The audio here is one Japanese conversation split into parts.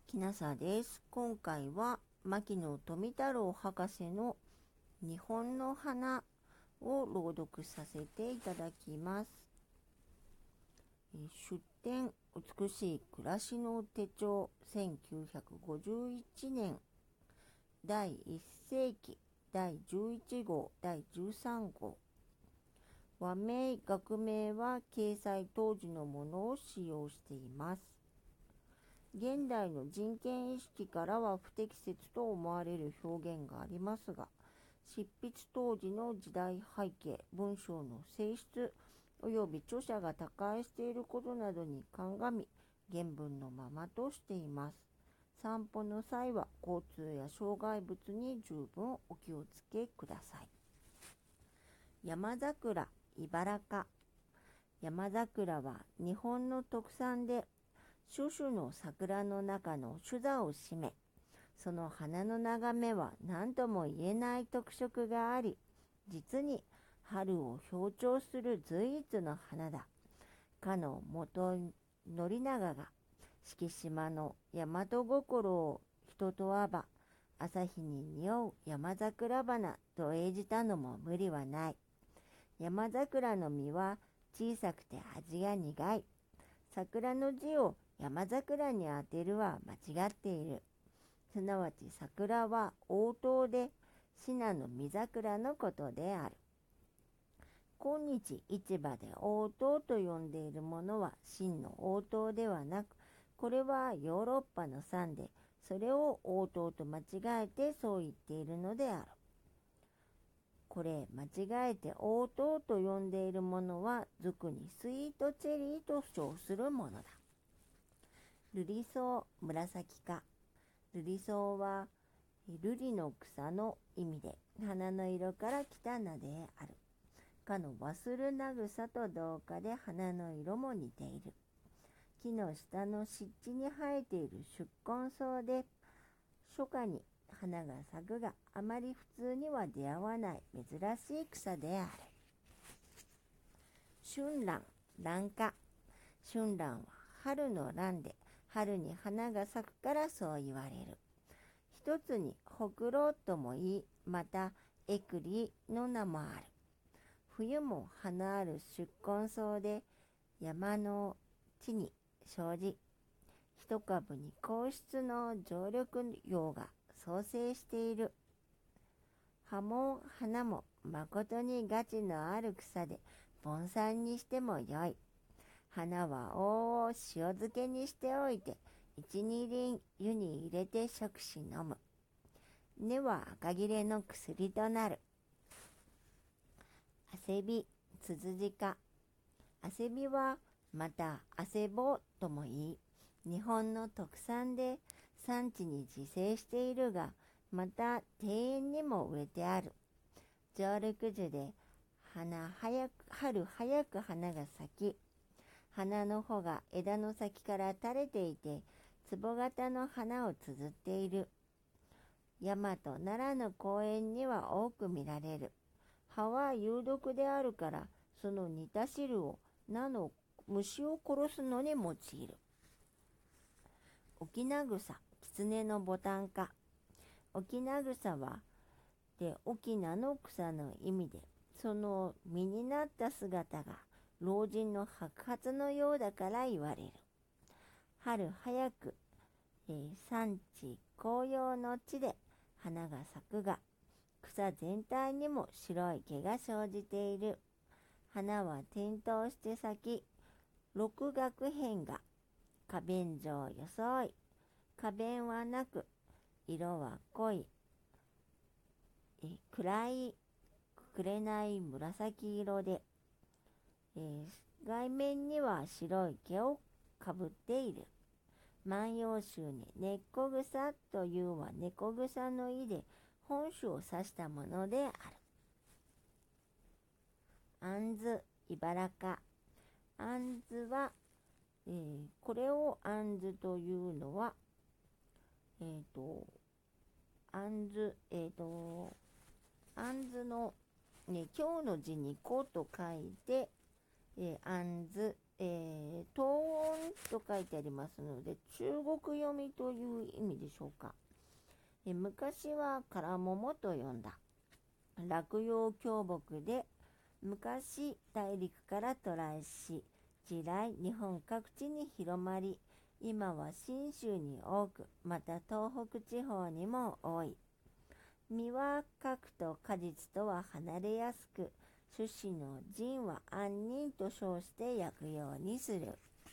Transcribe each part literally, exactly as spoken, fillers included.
きなさです。今回は牧野富太郎博士の日本の花を朗読させていただきます。出典美しい暮らしの手帳せんきゅうひゃくごじゅういちねんだいいっ世紀だいじゅういち号だいじゅうさん号。和名学名は掲載当時のものを使用しています。現代の人権意識からは不適切と思われる表現がありますが、執筆当時の時代背景、文章の性質及び著者が他界していることなどに鑑み、原文のままとしています。散歩の際は交通や障害物に十分お気をつけください。山桜、茨か。山桜は日本の特産で、種々の桜の中の主座を占め、その花の眺めは何とも言えない特色があり、実に春を象徴する随一の花だ。かの元宣長が敷島の大和心を人とわば、朝日に匂う山桜花と演じたのも無理はない。山桜の実は小さくて味が苦い。桜の字を山桜に当てるは間違っている。すなわち桜は応答で、信濃見桜のことである。今日市場で応答と呼んでいるものは真の応答ではなく、これはヨーロッパの産で、それを応答と間違えてそう言っているのである。これ間違えて応答と呼んでいるものは俗にスイートチェリーと称するものだ。瑠璃草、紫か。瑠璃草は瑠璃の草の意味で、花の色から来た名である。かの忘るなぐさと同化で花の色も似ている。木の下の湿地に生えている宿根草で、初夏に花が咲くが、あまり普通には出会わない珍しい草である。春蘭、蘭花。春蘭は春の蘭で、春に花が咲くからそう言われる。一つにほくろとも言い、またえくりの名もある。冬も花ある宿根草で、山の地に生じ、一株に硬質の常緑葉が創生している。葉も花もまことにガチのある草で、盆栽にしてもよい。花は王を塩漬けにしておいて、一二輪湯に入れて食し飲む。根は赤切れの薬となる。汗び、つつじか。汗びはまた汗ぼとも言い、日本の特産で産地に自生しているが、また庭園にも植えてある。常緑樹で花早く春早く花が咲き、花の穂が枝の先から垂れていて、壺型の花を綴っている。大和奈良の公園には多く見られる。葉は有毒であるから、その煮た汁を菜の虫を殺すのに用いる。沖菜草、狐のボタンか。沖菜草はで沖菜の草の意味で、その実になった姿が老人の白髪のようだから言われる。春早く、えー、産地紅葉の地で花が咲くが、草全体にも白い毛が生じている。花は点灯して咲き、六学片が花弁状装い、花弁はなく、色は濃い、え暗い紅紫色で、えー、外面には白い毛をかぶっている。万葉集に猫草というは猫草の意で本種を指したものである。杏子、茨か。杏子は、えー、これを杏子というのは、えっ、ー、と、杏子、えっ、ー、と、杏子の、ね、今日の字に子と書いて、えー、杏子えー、東音と書いてありますので、中国読みという意味でしょうか。え昔はからももと呼んだ。落葉強木で、昔大陸から渡来し、地来日本各地に広まり、今は信州に多く、また東北地方にも多い。実は核と果実とは離れやすく、種子の仁は杏仁と称して焼くようにする。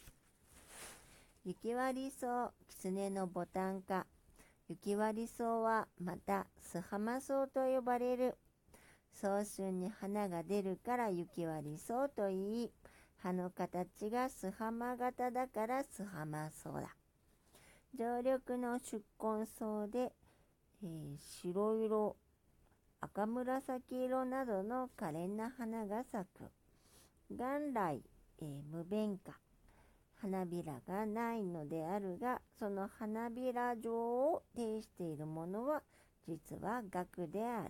雪割り草、狐のボタン科。雪割り草はまたスハマ草と呼ばれる。早春に花が出るから雪割り草といい、葉の形がスハマ型だからスハマ草だ。常緑の宿根草で、えー、白色、赤紫色などの可憐な花が咲く。元来、えー、無弁花、花びらがないのであるが、その花びら状を呈しているものは実は萼である。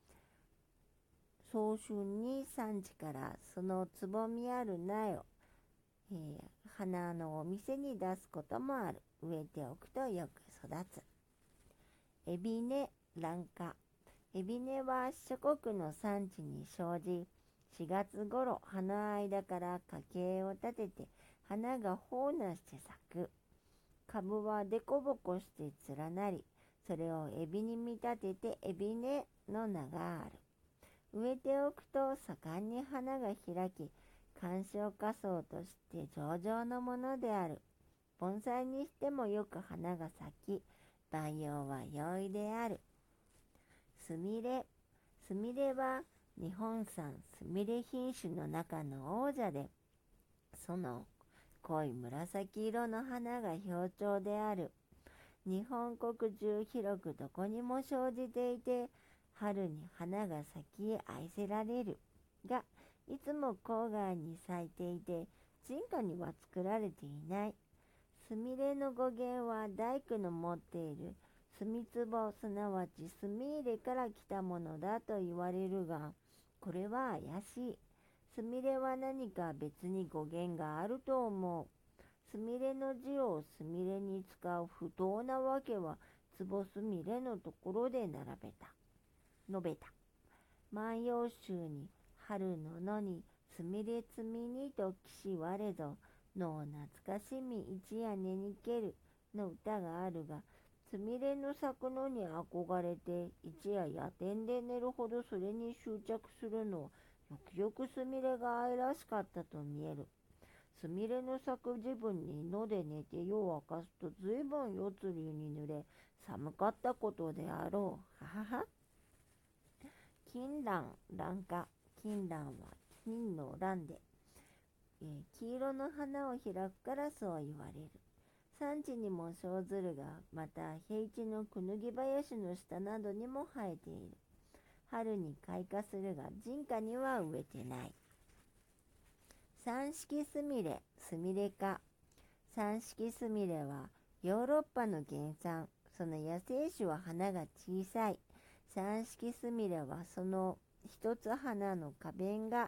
早春に産地からそのつぼみある苗を、えー、花のお店に出すこともある。植えておくとよく育つ。エビネ、蘭花。エビネは諸国の産地に生じ、しがつ頃葉の間から花茎を立てて花が頬なして咲く。株はデコボコして連なり、それをエビに見立ててエビネの名がある。植えておくと盛んに花が開き、観賞花草として上々のものである。盆栽にしてもよく花が咲き、万葉は容易である。スミレ。スミレは日本産スミレ品種の中の王者で、その濃い紫色の花が標長である。日本国中広くどこにも生じていて、春に花が咲き愛せられるが、いつも郊外に咲いていて、人家には作られていない。スミレの語源は大工の持っている墨壺、すなわち墨入れから来たものだと言われるが、これは怪しい。スミレは何か別に語源があると思う。スミレの字をスミレに使う不当なわけは、壺スミレのところで並べた。述べた。万葉集に春の野にすみれつみにと騎士我ぞ、のを懐かしみ一夜寝にけるの歌があるが、すみれの咲くのに憧れて一夜夜店で寝るほどそれに執着するのは、よくよくすみれが愛らしかったと見える。すみれの咲く自分に野で寝て夜を明かすとずいぶん夜露に濡れ寒かったことであろう。ははは。金蘭、蘭花。金蘭は金の蘭で、えー、黄色の花を開くからそう言われる。山地にも生ずるが、また平地のクヌギ林の下などにも生えている。春に開花するが、人家には植えてない。三色すみれ、すみれ科。三色すみれはヨーロッパの原産。その野生種は花が小さい。三色すみれはその一つ花の花弁が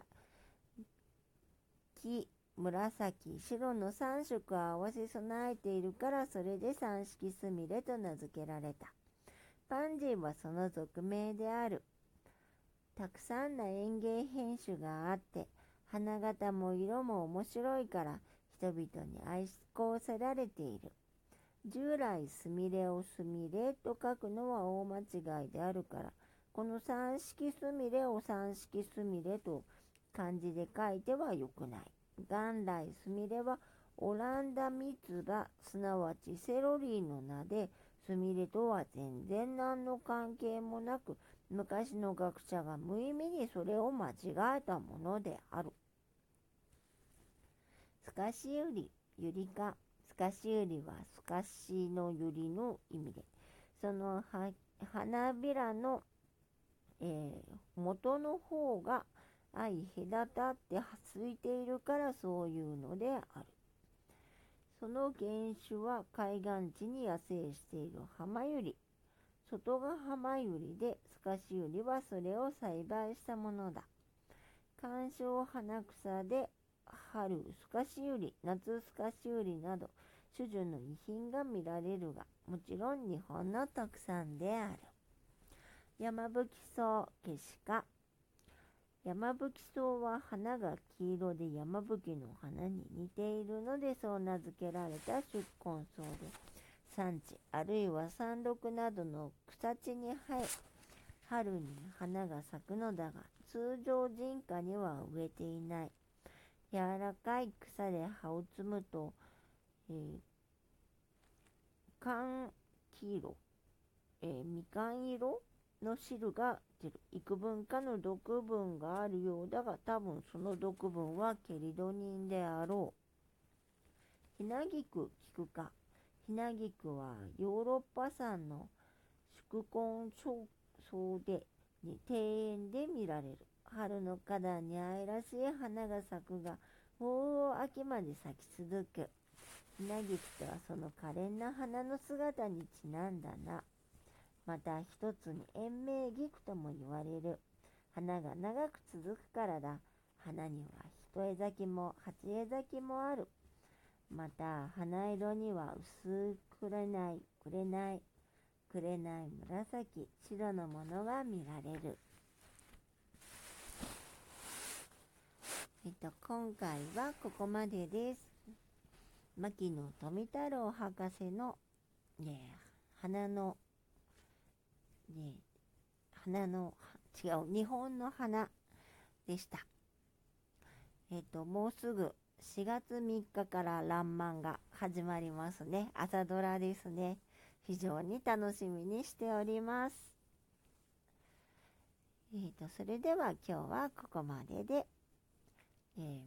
黄、紫、白の三色を合わせ備えているから、それで三色すみれと名付けられた。パンジーはその俗名である。たくさんの園芸品種があって、花形も色も面白いから人々に愛好せられている。従来すみれをすみれと書くのは大間違いであるから、この三色すみれを三色すみれと漢字で書いてはよくない。元来すみれはオランダミツバ、すなわちセロリの名で、すみれとは全然何の関係もなく、昔の学者が無意味にそれを間違えたものである。すかしゆり、ゆりか。すかしゆりはすかしのゆりの意味で、その花びらの、えー、元の方が相隔たってついているからそういうのである。その原種は海岸地に野生しているハマユリ。外がハマユリで、スカシユリはそれを栽培したものだ。観賞花草で、 春スカシウリ、夏スカシウリなど種々の遺品が見られるが、もちろん日本の特産である。山吹草ケシ科。山吹草は花が黄色で山吹の花に似ているのでそう名付けられた宿根草で、山地あるいは山麓などの草地に生え、春に花が咲くのだが、通常人家には植えていない。柔らかい草で葉を摘むと、えー、黄色、えー、みかん色の汁が出る。幾分かの毒分があるようだが、多分その毒分はケリドニンであろう。ヒナギクキク科。ヒナギクはヨーロッパ産の宿根草で、に庭園で見られる。春の花壇に愛らしい花が咲くが、もう秋まで咲き続く。ヒナギクとはその可憐な花の姿にちなんだな。また一つに延命菊とも言われる。花が長く続くからだ。花には一重咲きも八重咲きもある。また花色には薄くれない、くれない、くれない紫、白のものが見られる。えっと、今回はここまでです。牧野富太郎博士の、ね、花の、ね、花の、違う、日本の花でした。えっと、もうすぐしがつみっかかららんまんが始まりますね。朝ドラですね。非常に楽しみにしております。えっと、それでは今日はここまでで、えー